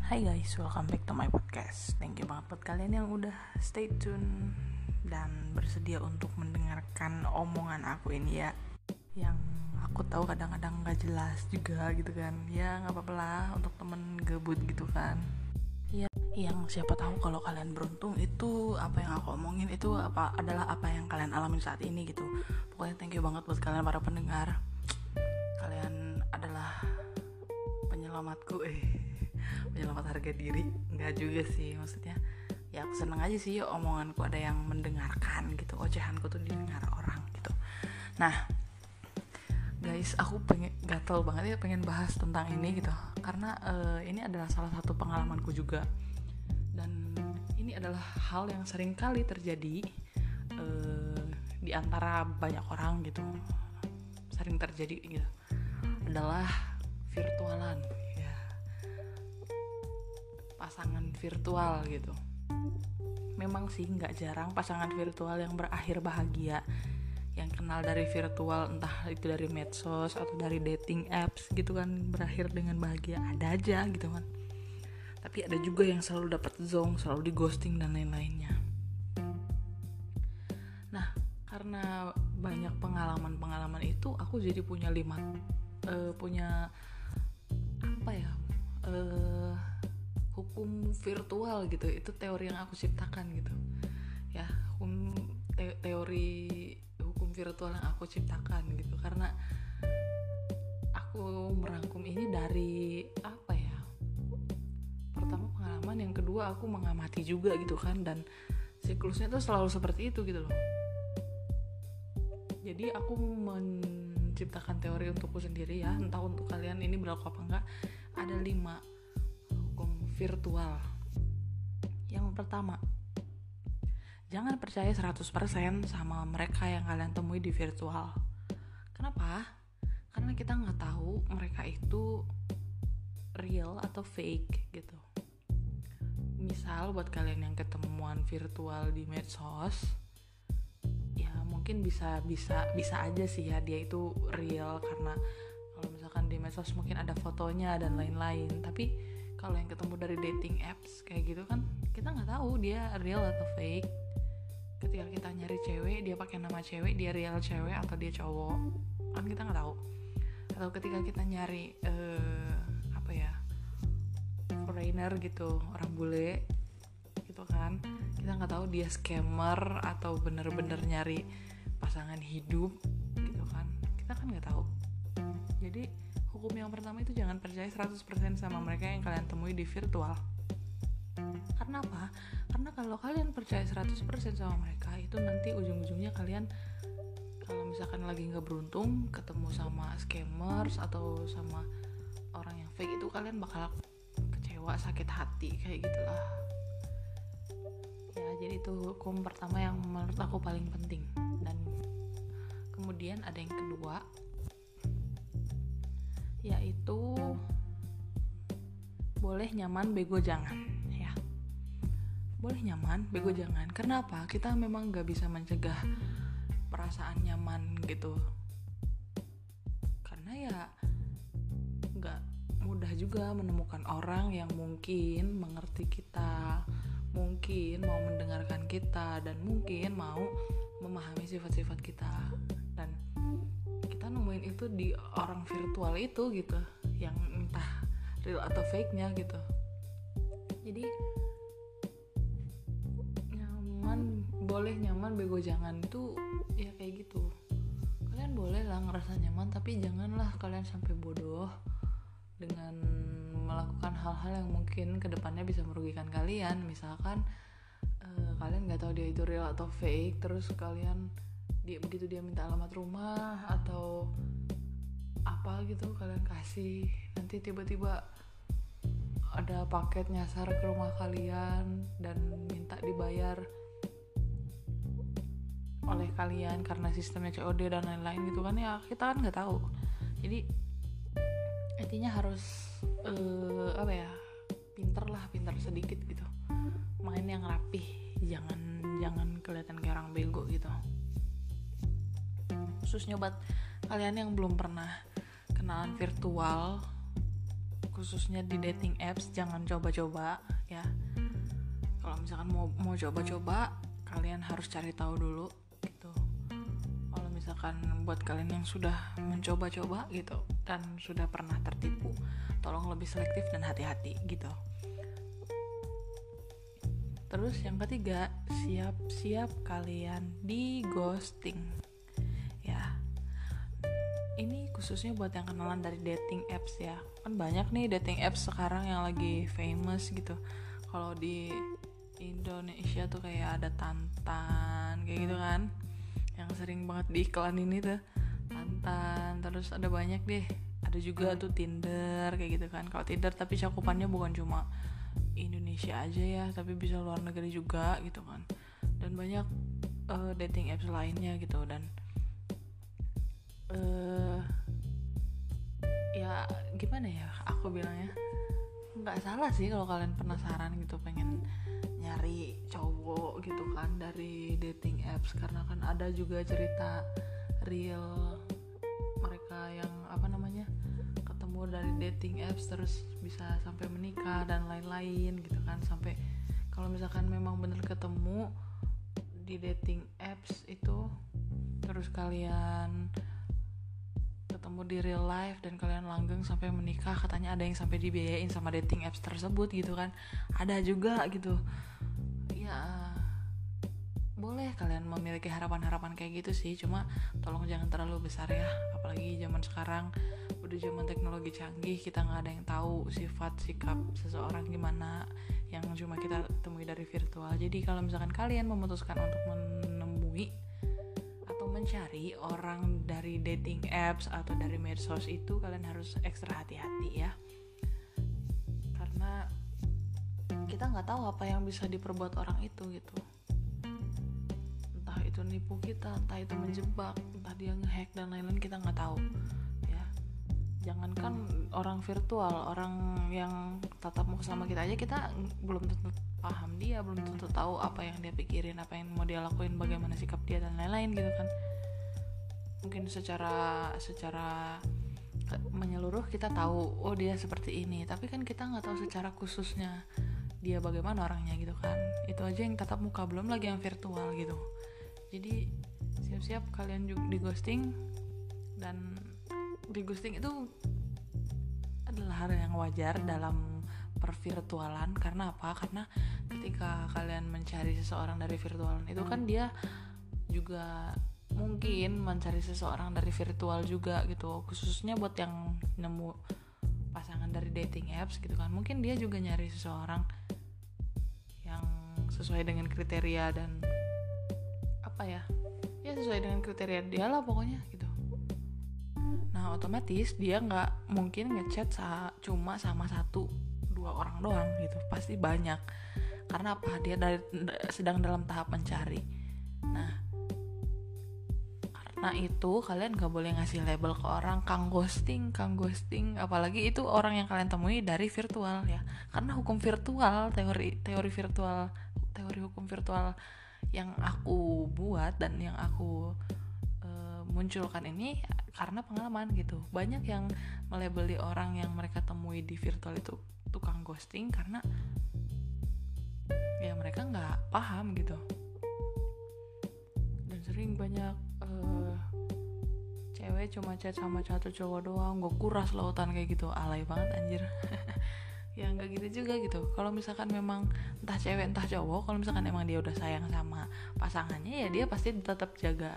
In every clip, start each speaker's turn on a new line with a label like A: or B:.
A: Hai guys, welcome back to my podcast. Thank you banget buat kalian yang udah stay tune dan bersedia untuk mendengarkan omongan aku ini ya. Yang aku tahu kadang-kadang gak jelas juga gitu kan. Ya gak apa-apa lah untuk temen gabut gitu kan. Ya, yang siapa tahu kalau kalian beruntung itu apa yang aku omongin itu adalah apa yang kalian alami saat ini gitu. Pokoknya thank you banget buat kalian para pendengar. Kalian adalah penyelamatku penyelamat harga diri. Enggak juga sih, maksudnya ya aku seneng aja sih omonganku ada yang mendengarkan gitu, ocehanku tuh didengar orang gitu. Nah guys, aku gatel banget ya pengen bahas tentang ini gitu, karena ini adalah salah satu pengalamanku juga, dan ini adalah hal yang sering kali terjadi di antara banyak orang gitu, sering terjadi gitu, adalah virtualan ya, pasangan virtual gitu. Memang sih nggak jarang pasangan virtual yang berakhir bahagia, yang kenal dari virtual, entah itu dari medsos atau dari dating apps gitu kan, berakhir dengan bahagia, ada aja gitu kan. Tapi ada juga yang selalu dapat zonk, selalu di ghosting dan lain-lainnya. Nah, karena banyak pengalaman itu, aku jadi punya punya apa ya, hukum virtual gitu. Itu teori yang aku ciptakan gitu ya, teori hukum virtual yang aku ciptakan gitu, karena aku merangkum ini dari apa ya, pertama pengalaman, yang kedua aku mengamati juga gitu kan, dan siklusnya tuh selalu seperti itu gitu loh. Jadi aku menciptakan teori untukku sendiri ya, entah untuk kalian ini berlaku apa enggak. Ada 5 hukum virtual. Yang pertama, jangan percaya 100% sama mereka yang kalian temui di virtual. Kenapa? Karena kita gak tahu mereka itu real atau fake gitu. Misal buat kalian yang ketemuan virtual di medsos, ya mungkin bisa aja sih ya dia itu real, karena kalau misalkan di medsos mungkin ada fotonya dan lain-lain. Tapi kalau yang ketemu dari dating apps kayak gitu kan, kita nggak tahu dia real atau fake. Ketika kita nyari cewek, dia pakai nama cewek, dia real cewek atau dia cowok, kan kita nggak tahu. Atau ketika kita nyari apa ya, foreigner gitu, orang bule gitu kan, kita nggak tahu dia scammer atau bener-bener nyari pasangan hidup gitu kan, kita kan nggak tahu. Jadi hukum yang pertama itu jangan percaya 100% sama mereka yang kalian temui di virtual. Karena apa? Karena kalau kalian percaya 100% sama mereka, itu nanti ujung-ujungnya kalian kalau misalkan lagi gak beruntung ketemu sama scammers atau sama orang yang fake, itu kalian bakal kecewa, sakit hati kayak gitulah ya. Jadi itu hukum pertama yang menurut aku paling penting. Dan kemudian ada yang kedua, yaitu boleh nyaman bego jangan ya. Boleh nyaman bego jangan. Kenapa? Kita memang gak bisa mencegah perasaan nyaman gitu, karena ya gak mudah juga menemukan orang yang mungkin mengerti kita, mungkin mau mendengarkan kita, dan mungkin mau memahami sifat-sifat kita. Dan kita nemuin itu di orang virtual itu gitu, yang entah real atau fake-nya gitu. Jadi boleh nyaman bego jangan itu ya kayak gitu. Kalian boleh lah ngerasa nyaman, tapi janganlah kalian sampai bodoh dengan melakukan hal-hal yang mungkin kedepannya bisa merugikan kalian. Misalkan kalian nggak tahu dia itu real atau fake, terus begitu dia minta alamat rumah atau apa gitu kalian kasih, nanti tiba-tiba ada paket nyasar ke rumah kalian dan minta dibayar oleh kalian karena sistemnya COD dan lain-lain gitu kan, ya kita kan nggak tahu. Jadi intinya harus pinter sedikit gitu, main yang rapih, jangan kelihatan kayak orang bego gitu. Khususnya buat kalian yang belum pernah kenalan virtual, khususnya di dating apps jangan coba-coba ya. Kalau misalkan mau coba-coba, kalian harus cari tahu dulu gitu. Kalau misalkan buat kalian yang sudah mencoba-coba gitu dan sudah pernah tertipu, tolong lebih selektif dan hati-hati gitu. Terus yang ketiga, siap-siap kalian di ghosting ya. Ini khususnya buat yang kenalan dari dating apps ya. Kan banyak nih dating apps sekarang yang lagi famous gitu. Kalau di Indonesia tuh kayak ada Tantan kayak gitu kan, yang sering banget di iklan ini tuh Tantan. Terus ada banyak deh, ada juga tuh Tinder kayak gitu kan. Kalau Tinder tapi cakupannya bukan cuma Indonesia aja ya, tapi bisa luar negeri juga gitu kan. Dan banyak dating apps lainnya gitu. Dan ya gimana ya aku bilangnya, nggak salah sih kalau kalian penasaran gitu, pengen nyari cowok gitu kan dari dating apps, karena kan ada juga cerita real mereka yang ketemu dari dating apps terus bisa sampai menikah dan lain-lain gitu kan. Sampai kalau misalkan memang bener ketemu di dating apps itu, terus kalian ketemu di real life dan kalian langgeng sampai menikah, katanya ada yang sampai dibiayain sama dating apps tersebut gitu kan. Ada juga gitu ya. Boleh kalian memiliki harapan-harapan kayak gitu sih, cuma tolong jangan terlalu besar ya. Apalagi zaman sekarang udah zaman teknologi canggih, kita nggak ada yang tahu sifat sikap seseorang gimana yang cuma kita temui dari virtual. Jadi kalau misalkan kalian memutuskan untuk menemui atau mencari orang dari dating apps atau dari medsos itu, kalian harus ekstra hati-hati ya, karena kita nggak tahu apa yang bisa diperbuat orang itu gitu. Entah itu nipu kita, entah itu menjebak, entah dia ngehack dan lain-lain, kita nggak tahu ya. Jangankan orang virtual, orang yang tatap muka sama kita aja, kita belum tentu paham dia, belum tentu tahu apa yang dia pikirin, apa yang mau dia lakuin, bagaimana sikap dia dan lain-lain gitu kan. Mungkin secara menyeluruh kita tahu, oh dia seperti ini, tapi kan kita nggak tahu secara khususnya dia bagaimana orangnya gitu kan. Itu aja yang tatap muka, belum lagi yang virtual gitu. Jadi siap-siap kalian juga di ghosting. Dan di ghosting itu adalah hal yang wajar dalam pervirtualan. Karena apa? Karena ketika kalian mencari seseorang dari virtualan itu kan dia juga mungkin mencari seseorang dari virtual juga gitu. Khususnya buat yang nemu pasangan dari dating apps gitu kan, mungkin dia juga nyari seseorang yang sesuai dengan kriteria dan sesuai dengan kriteria dia lah pokoknya gitu. Nah otomatis dia nggak mungkin ngechat cuma sama 1-2 orang doang gitu, pasti banyak. Karena apa? Dia sedang dalam tahap mencari. Nah karena itu kalian nggak boleh ngasih label ke orang kang ghosting, apalagi itu orang yang kalian temui dari virtual ya. Karena hukum virtual, teori hukum virtual yang aku buat dan yang aku munculkan ini karena pengalaman gitu. Banyak yang melabeli orang yang mereka temui di virtual itu tukang ghosting karena ya mereka nggak paham gitu. Dan sering banyak cewek cuma chat sama satu cowok doang, gue kuras lautan kayak gitu, alay banget anjir. Ya nggak gitu juga gitu. Kalau misalkan memang entah cewek entah cowok, kalau misalkan emang dia udah sayang sama pasangannya ya dia pasti tetap jaga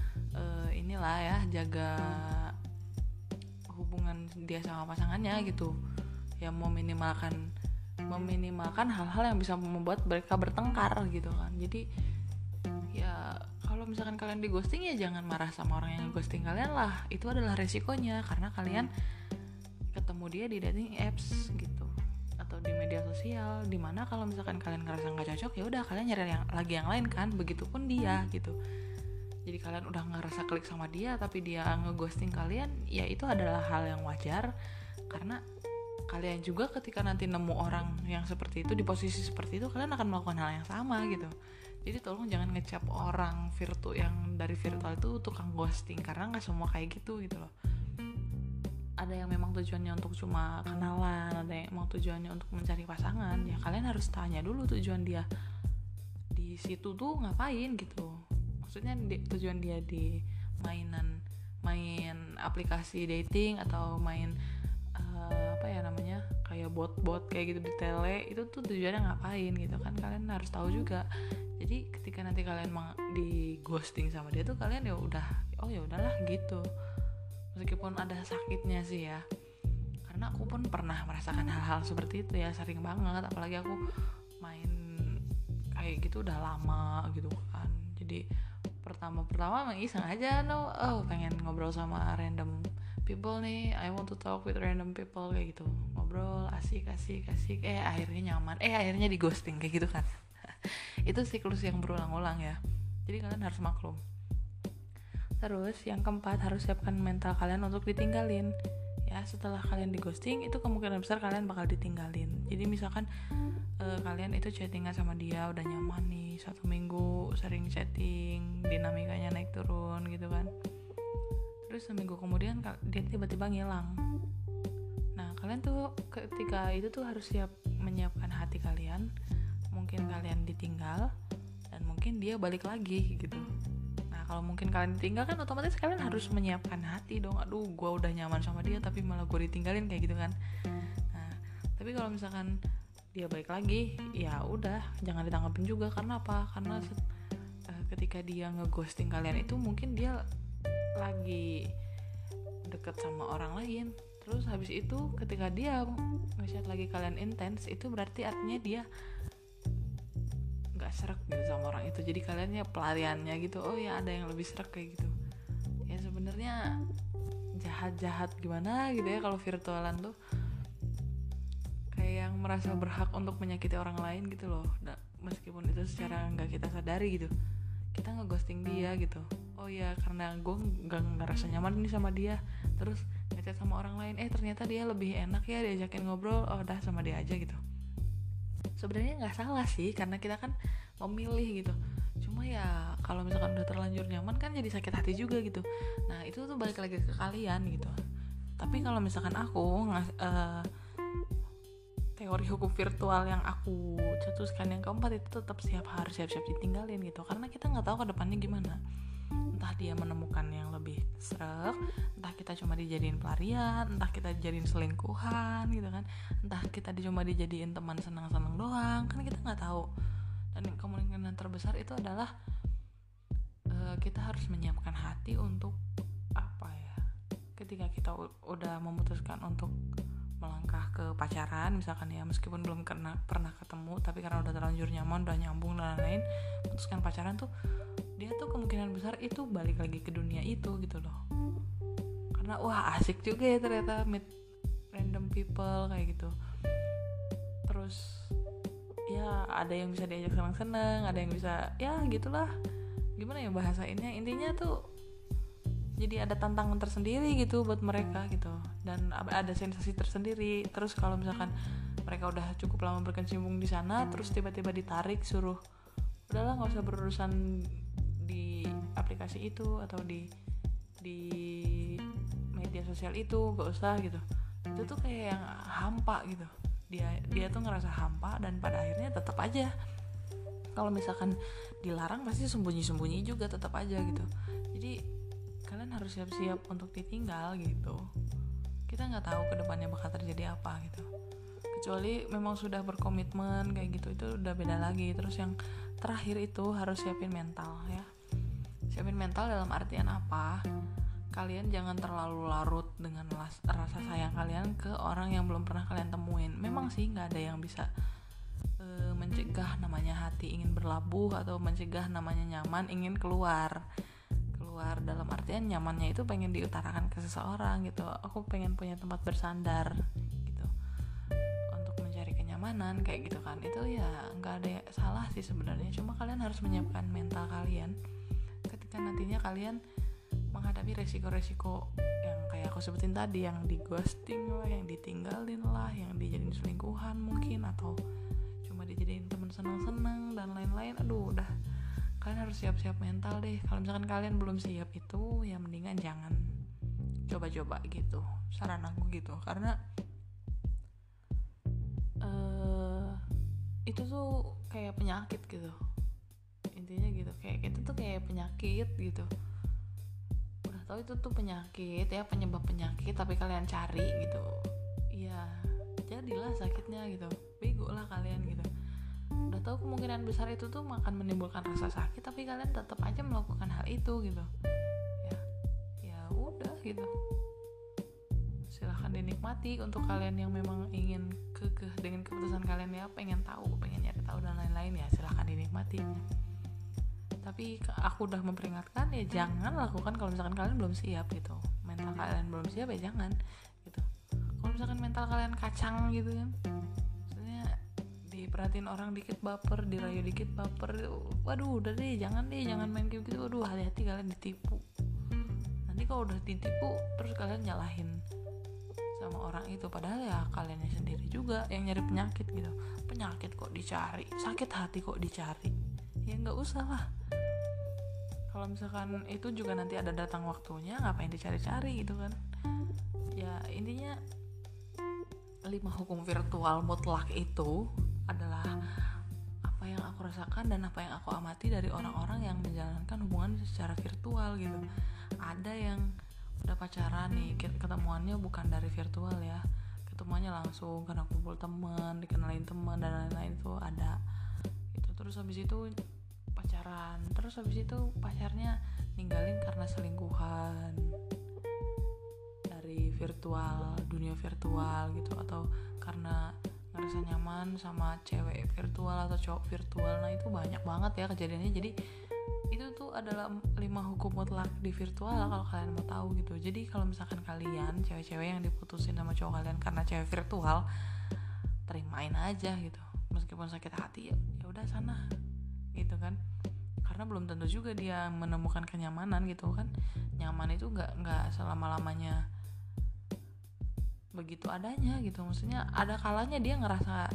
A: jaga hubungan dia sama pasangannya gitu ya, meminimalkan hal-hal yang bisa membuat mereka bertengkar gitu kan. Jadi ya kalau misalkan kalian di ghosting ya jangan marah sama orang yang ghosting kalian lah, itu adalah resikonya karena kalian ketemu dia di dating apps gitu atau di media sosial, dimana kalau misalkan kalian ngerasa nggak cocok ya udah kalian nyari yang lain kan, begitupun dia gitu. Jadi kalian udah ngerasa klik sama dia tapi dia ngeghosting kalian, ya itu adalah hal yang wajar karena kalian juga ketika nanti nemu orang yang seperti itu di posisi seperti itu kalian akan melakukan hal yang sama gitu. Jadi tolong jangan ngecap orang yang dari virtual itu tukang ghosting, karena nggak semua kayak gitu loh. ada yang memang tujuannya untuk cuma kenalan, ada yang emang tujuannya untuk mencari pasangan, ya kalian harus tanya dulu tujuan dia di situ tuh ngapain gitu. Maksudnya tujuan dia di main aplikasi dating atau main apa ya namanya, kayak bot kayak gitu di tele, itu tuh tujuannya ngapain gitu kan, kalian harus tahu juga. Jadi ketika nanti kalian di ghosting sama dia tuh kalian ya udah, oh ya udahlah gitu, meskipun ada sakitnya sih ya, karena aku pun pernah merasakan hal-hal seperti itu ya, sering banget, apalagi aku main kayak gitu udah lama gitu kan. Jadi pertama emang iseng aja, pengen ngobrol sama random people nih, I want to talk with random people kayak gitu, ngobrol asik akhirnya nyaman, akhirnya di ghosting kayak gitu kan. Itu siklus yang berulang-ulang ya, jadi kalian harus maklum. Terus yang keempat, harus siapkan mental kalian untuk ditinggalin ya. Setelah kalian di ghosting, itu kemungkinan besar kalian bakal ditinggalin. Jadi misalkan kalian itu chattingan sama dia udah nyaman nih 1 minggu, sering chatting, dinamikanya naik turun gitu kan. Terus seminggu kemudian dia tiba-tiba ngilang. Nah kalian tuh ketika itu tuh harus siap menyiapkan hati kalian. Mungkin kalian ditinggal dan mungkin dia balik lagi gitu. Nah kalau mungkin kalian ditinggal kan otomatis kalian harus menyiapkan hati dong. Aduh gue udah nyaman sama dia tapi malah gue ditinggalin kayak gitu kan. Nah tapi kalau misalkan dia balik lagi, ya udah jangan ditanggapin juga. Karena apa? Karena ketika dia ngeghosting kalian itu mungkin dia lagi deket sama orang lain. Terus habis itu ketika dia nge-chat lagi kalian intens, itu berarti artinya dia gak serak gitu sama orang itu. Jadi kalian ya pelariannya gitu, oh ya ada yang lebih serak kayak gitu. Ya sebenarnya jahat gimana gitu ya kalau virtualan tuh, kayak yang merasa berhak untuk menyakiti orang lain gitu loh. Meskipun itu secara gak kita sadari gitu, kita ngeghosting dia gitu. Oh ya karena gue gak ngerasa nyaman nih sama dia, terus ngechat sama orang lain, ternyata dia lebih enak ya diajakin ngobrol, oh dah sama dia aja gitu. Sebenarnya nggak salah sih, karena kita kan memilih gitu. Cuma ya kalau misalkan udah terlanjur nyaman kan jadi sakit hati juga gitu. Nah itu tuh balik lagi ke kalian gitu. Tapi kalau misalkan aku teori hukum virtual yang aku cetuskan yang keempat itu tetap harus siap-siap ditinggalin gitu. Karena kita nggak tahu ke depannya gimana. Entah dia menemukan yang lebih serak, entah kita cuma dijadiin pelarian, entah kita dijadiin selingkuhan gitu kan, entah kita cuma dijadiin teman senang-senang doang, kan kita nggak tahu. Dan kemungkinan terbesar itu adalah kita harus menyiapkan hati untuk apa ya, ketika kita udah memutuskan untuk melangkah ke pacaran misalkan ya, meskipun belum pernah ketemu, tapi karena udah terlanjur nyaman, udah nyambung dan lain-lain, memutuskan pacaran tuh, dia tuh kemungkinan besar itu balik lagi ke dunia itu gitu loh. Karena wah asik juga ya ternyata meet random people kayak gitu. Terus ya ada yang bisa diajak senang-senang, ada yang bisa ya gitulah, gimana ya bahasainnya, intinya tuh jadi ada tantangan tersendiri gitu buat mereka gitu, dan ada sensasi tersendiri. Terus kalau misalkan mereka udah cukup lama berkecimpung di sana, terus tiba-tiba ditarik suruh udahlah nggak usah berurusan di aplikasi itu atau di media sosial itu, gak usah gitu. Itu tuh kayak yang hampa gitu. Dia tuh ngerasa hampa, dan pada akhirnya tetap aja kalau misalkan dilarang pasti sembunyi juga tetap aja gitu. Jadi kalian harus siap-siap untuk ditinggal gitu. Kita nggak tahu kedepannya bakal terjadi apa gitu. Kecuali memang sudah berkomitmen kayak gitu, itu udah beda lagi. Terus yang terakhir itu harus siapin mental ya. Siapin mental dalam artian apa? Kalian jangan terlalu larut dengan rasa sayang kalian ke orang yang belum pernah kalian temuin. Memang sih nggak ada yang bisa mencegah namanya hati ingin berlabuh, atau mencegah namanya nyaman ingin keluar dalam artian nyamannya itu pengen diutarakan ke seseorang gitu. Aku pengen punya tempat bersandar gitu untuk mencari kenyamanan kayak gitu kan. Itu ya nggak ada yang salah sih sebenarnya. Cuma kalian harus menyiapkan mental kalian ketika nantinya kalian menghadapi resiko-resiko yang kayak aku sebutin tadi, yang di ghosting lah, yang ditinggalin lah, yang dijadiin selingkuhan mungkin, atau cuma dijadiin teman senang-senang dan lain-lain. Aduh udah, kalian harus siap-siap mental deh. Kalau misalkan kalian belum siap itu, ya mendingan jangan coba-coba gitu, saran aku gitu. Karena itu tuh kayak penyakit gitu, intinya gitu, kayak itu tuh kayak penyakit gitu. Udah tahu itu tuh penyakit ya, penyebab penyakit, tapi kalian cari gitu, ya jadilah sakitnya gitu, bego lah kalian gitu. Udah tahu kemungkinan besar itu tuh akan menimbulkan rasa sakit, tapi kalian tetap aja melakukan hal itu gitu. Ya, ya udah gitu. Silahkan dinikmati untuk kalian yang memang ingin kekeh dengan keputusan kalian ya, pengen tahu, pengen nyari tahu dan lain-lain, ya silahkan dinikmati. Tapi aku udah memperingatkan ya, jangan lakukan kalau misalkan kalian belum siap gitu, mental kalian belum siap ya jangan gitu. Kalau misalkan mental kalian kacang gitu kan, maksudnya diperhatiin orang dikit baper, dirayu dikit baper, waduh udah deh jangan main kayak gitu. Waduh, hati-hati kalian ditipu. Nanti kalau udah ditipu terus kalian nyalahin sama orang itu, padahal ya kaliannya sendiri juga yang nyari penyakit gitu. Penyakit kok dicari, sakit hati kok dicari, ya nggak usah lah. Kalau misalkan itu juga nanti ada datang waktunya, ngapain dicari-cari gitu kan. Ya intinya 5 hukum virtual mutlak itu adalah apa yang aku rasakan dan apa yang aku amati dari orang-orang yang menjalankan hubungan secara virtual gitu. Ada yang udah pacaran nih, ketemuannya bukan dari virtual ya, ketemuannya langsung karena kumpul teman, dikenalin teman dan lain-lain, itu ada gitu. Terus habis itu pacaran, terus habis itu pacarnya ninggalin karena selingkuhan dari virtual, dunia virtual gitu, atau karena ngerasa nyaman sama cewek virtual atau cowok virtual. Nah itu banyak banget ya kejadiannya. Jadi itu tuh adalah 5 hukum mutlak di virtual kalau kalian mau tahu gitu. Jadi kalau misalkan kalian cewek-cewek yang diputusin sama cowok kalian karena cewek virtual, terimain aja gitu, meskipun sakit hati ya udah sana gitu kan. Karena belum tentu juga dia menemukan kenyamanan gitu kan. Nyaman itu nggak selama-lamanya begitu adanya gitu. Maksudnya ada kalanya dia ngerasa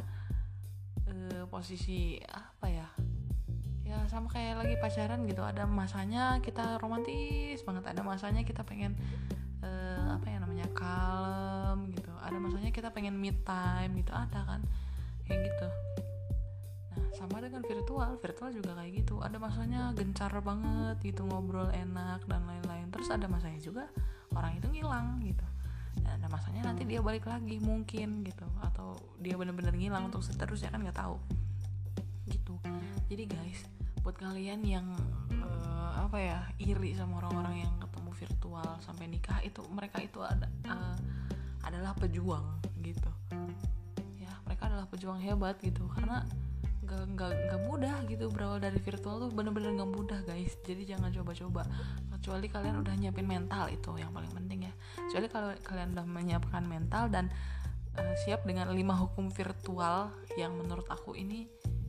A: posisi apa ya, ya sama kayak lagi pacaran gitu. Ada masanya kita romantis banget, ada masanya kita pengen apa ya namanya, kalem gitu, ada masanya kita pengen me time gitu, ada kan kayak gitu. Nah sama dengan virtual juga kayak gitu, ada masanya gencar banget gitu, ngobrol enak dan lain-lain. Terus ada masanya juga orang itu ngilang gitu, dan ada masanya nanti dia balik lagi mungkin gitu, atau dia benar-benar ngilang untuk seterusnya kan nggak tahu gitu. Jadi guys, buat kalian yang apa ya, iri sama orang-orang yang ketemu virtual sampai nikah, itu mereka itu adalah pejuang gitu ya, mereka adalah pejuang hebat gitu. Karena nggak mudah gitu, berawal dari virtual tuh bener-bener nggak mudah guys. Jadi jangan coba-coba, kecuali kalian udah nyiapin mental, itu yang paling penting ya. Kecuali kalau kalian udah menyiapkan mental dan siap dengan 5 hukum virtual yang menurut aku ini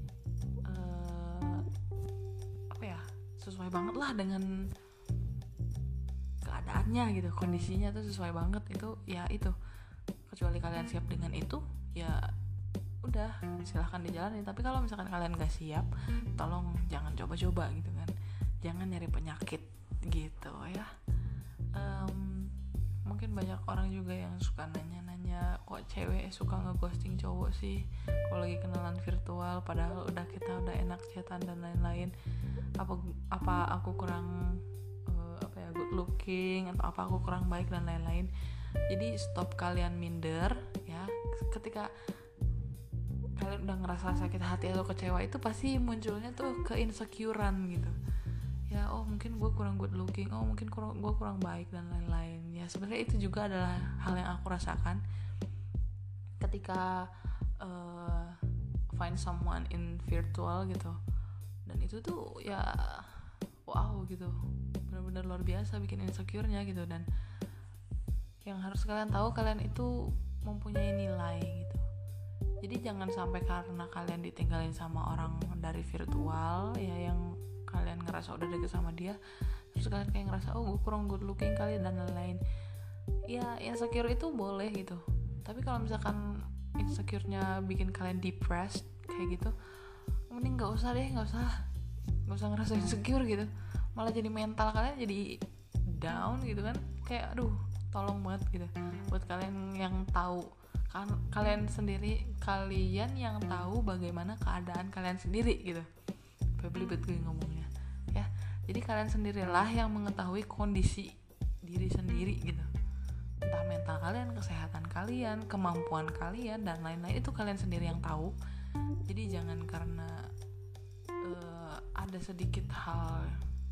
A: apa ya, sesuai banget lah dengan keadaannya gitu, kondisinya tuh sesuai banget itu ya. Itu kecuali kalian siap dengan itu ya udah silahkan dijalani. Tapi kalau misalkan kalian gak siap, tolong jangan coba-coba gitu kan, jangan nyari penyakit gitu ya. Mungkin banyak orang juga yang suka nanya-nanya, kok cewek suka ngeghosting cowok sih kalau lagi kenalan virtual, padahal kita udah enak chatan dan lain-lain. Apa aku kurang good looking, atau apa aku kurang baik dan lain-lain. Jadi stop kalian minder ya. Ketika kalian udah ngerasa sakit hati atau kecewa, itu pasti munculnya tuh keinsecurean gitu ya. Oh mungkin gue kurang good looking, oh mungkin gue kurang baik dan lain-lain ya. Sebenarnya itu juga adalah hal yang aku rasakan ketika find someone in virtual gitu. Dan itu tuh ya wow gitu, benar-benar luar biasa bikin insecure-nya gitu. Dan yang harus kalian tahu, kalian itu mempunyai nilai gitu. Jadi jangan sampai karena kalian ditinggalin sama orang dari virtual ya, yang kalian ngerasa udah deket sama dia, terus kalian kayak ngerasa oh gue kurang good looking kali dan lain-lain. Ya insecure itu boleh gitu, tapi kalau misalkan insecure-nya bikin kalian depressed kayak gitu, mending nggak usah ngerasa insecure gitu. Malah jadi mental kalian jadi down gitu kan, kayak aduh tolong banget gitu buat kalian yang tahu kan, kalian yang tahu bagaimana keadaan kalian sendiri gitu. Belibet gue ngomongnya ya. Jadi kalian sendirilah yang mengetahui kondisi diri sendiri gitu, entah mental kalian, kesehatan kalian, kemampuan kalian, dan lain-lain, itu kalian sendiri yang tahu. Jadi jangan karena ada sedikit hal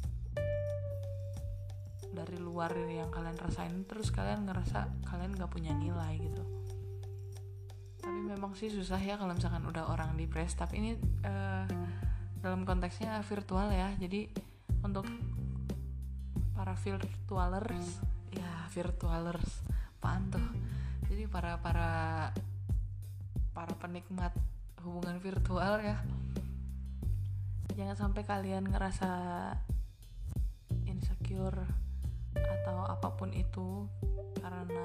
A: dari luar yang kalian rasain terus kalian ngerasa kalian gak punya nilai gitu. Tapi memang sih susah ya kalau misalkan udah orang depres. Tapi ini dalam konteksnya virtual ya. Jadi untuk para virtualers, apaan tuh? Jadi para penikmat hubungan virtual ya, jangan sampai kalian ngerasa insecure atau apapun itu karena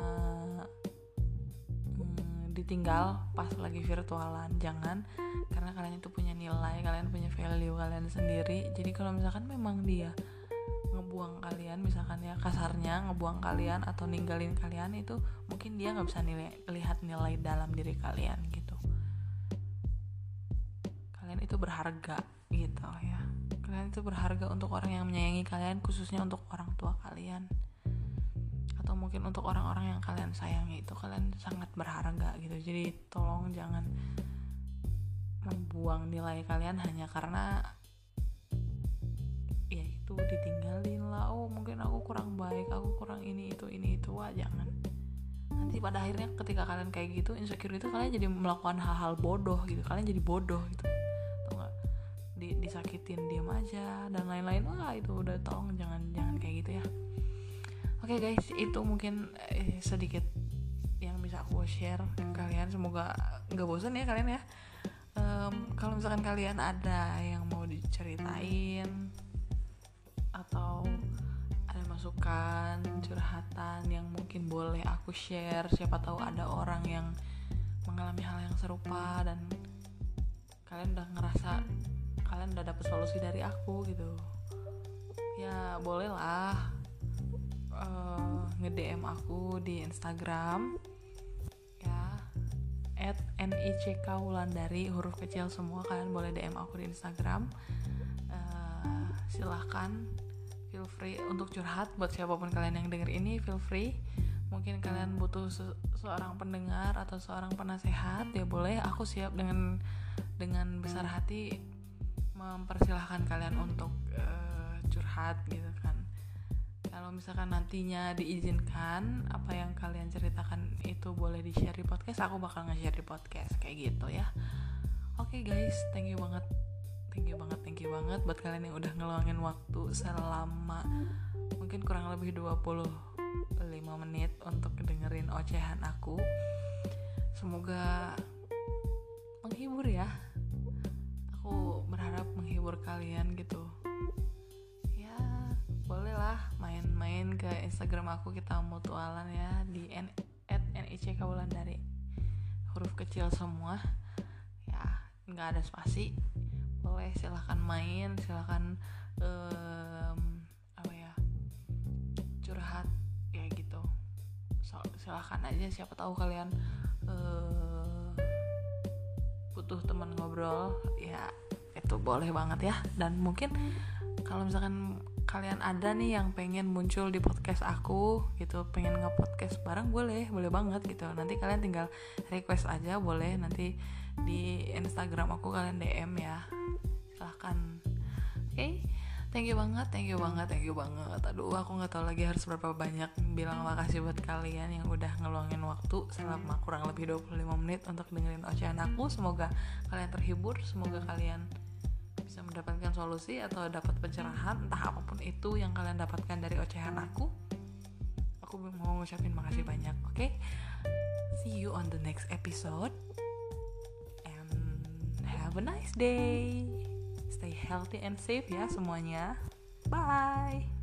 A: ditinggal pas lagi virtualan. Jangan, karena kalian itu punya nilai, kalian punya value kalian sendiri. Jadi kalau misalkan memang dia ngebuang kalian, misalkan ya kasarnya ngebuang kalian atau ninggalin kalian, itu mungkin dia nggak bisa lihat nilai dalam diri kalian gitu. Kalian itu berharga gitu ya. Kalian itu berharga untuk orang yang menyayangi kalian, khususnya untuk orang tua kalian, atau mungkin untuk orang-orang yang kalian sayangi. Itu kalian sangat berharga gitu. Jadi tolong jangan membuang nilai kalian hanya karena ya itu ditinggalin lah. Oh mungkin aku kurang baik, aku kurang ini itu. Wah jangan. Nanti pada akhirnya ketika kalian kayak gitu insecure itu, kalian jadi melakukan hal-hal bodoh gitu. Kalian jadi bodoh gitu, tau gak? Disakitin diam aja dan lain-lain. Wah itu udah, tolong jangan kayak gitu ya. Oke guys, itu mungkin sedikit yang bisa aku share ke kalian. Semoga gak bosan ya kalian ya. Kalau misalkan kalian ada yang mau diceritain atau ada masukan, curhatan yang mungkin boleh aku share, siapa tahu ada orang yang mengalami hal yang serupa dan kalian udah ngerasa kalian udah dapet solusi dari aku gitu ya, boleh lah nge-DM aku di Instagram ya, @nick_wulandari, huruf kecil semua. Kalian boleh DM aku di Instagram. Silahkan, feel free untuk curhat. Buat siapapun kalian yang denger ini, feel free. Mungkin kalian butuh seorang pendengar atau seorang penasehat, ya boleh. Aku siap dengan besar hati mempersilahkan kalian untuk curhat gitu kan. Kalau misalkan nantinya diizinkan apa yang kalian ceritakan itu boleh di-share di podcast, aku bakal nge-share di podcast kayak gitu ya. Oke guys, thank you banget buat kalian yang udah ngeluangin waktu selama mungkin kurang lebih 25 menit untuk dengerin ocehan aku. Semoga menghibur ya. Aku berharap menghibur kalian gitu. Ya, bolehlah main-main ke Instagram aku, kita mutualan ya di @nick_wulandari, huruf kecil semua ya, nggak ada spasi. Boleh, silahkan main, silahkan curhat ya gitu. Silahkan aja, siapa tahu kalian butuh teman ngobrol ya, itu boleh banget ya. Dan mungkin kalau misalkan kalian ada nih yang pengen muncul di podcast aku gitu, pengen nge-podcast bareng, boleh banget gitu. Nanti kalian tinggal request aja, boleh nanti di Instagram aku kalian DM ya, silahkan. Oke, thank you banget. Aduh, aku nggak tahu lagi harus berapa banyak bilang makasih buat kalian yang udah ngeluangin waktu selama kurang lebih 25 menit untuk dengerin ocehan aku. Semoga kalian terhibur, semoga kalian bisa mendapatkan solusi atau dapat pencerahan, entah apapun itu yang kalian dapatkan dari ocehan aku. Aku mau ngucapin makasih banyak. Oke, see you on the next episode and have a nice day. Stay healthy and safe ya semuanya. Bye.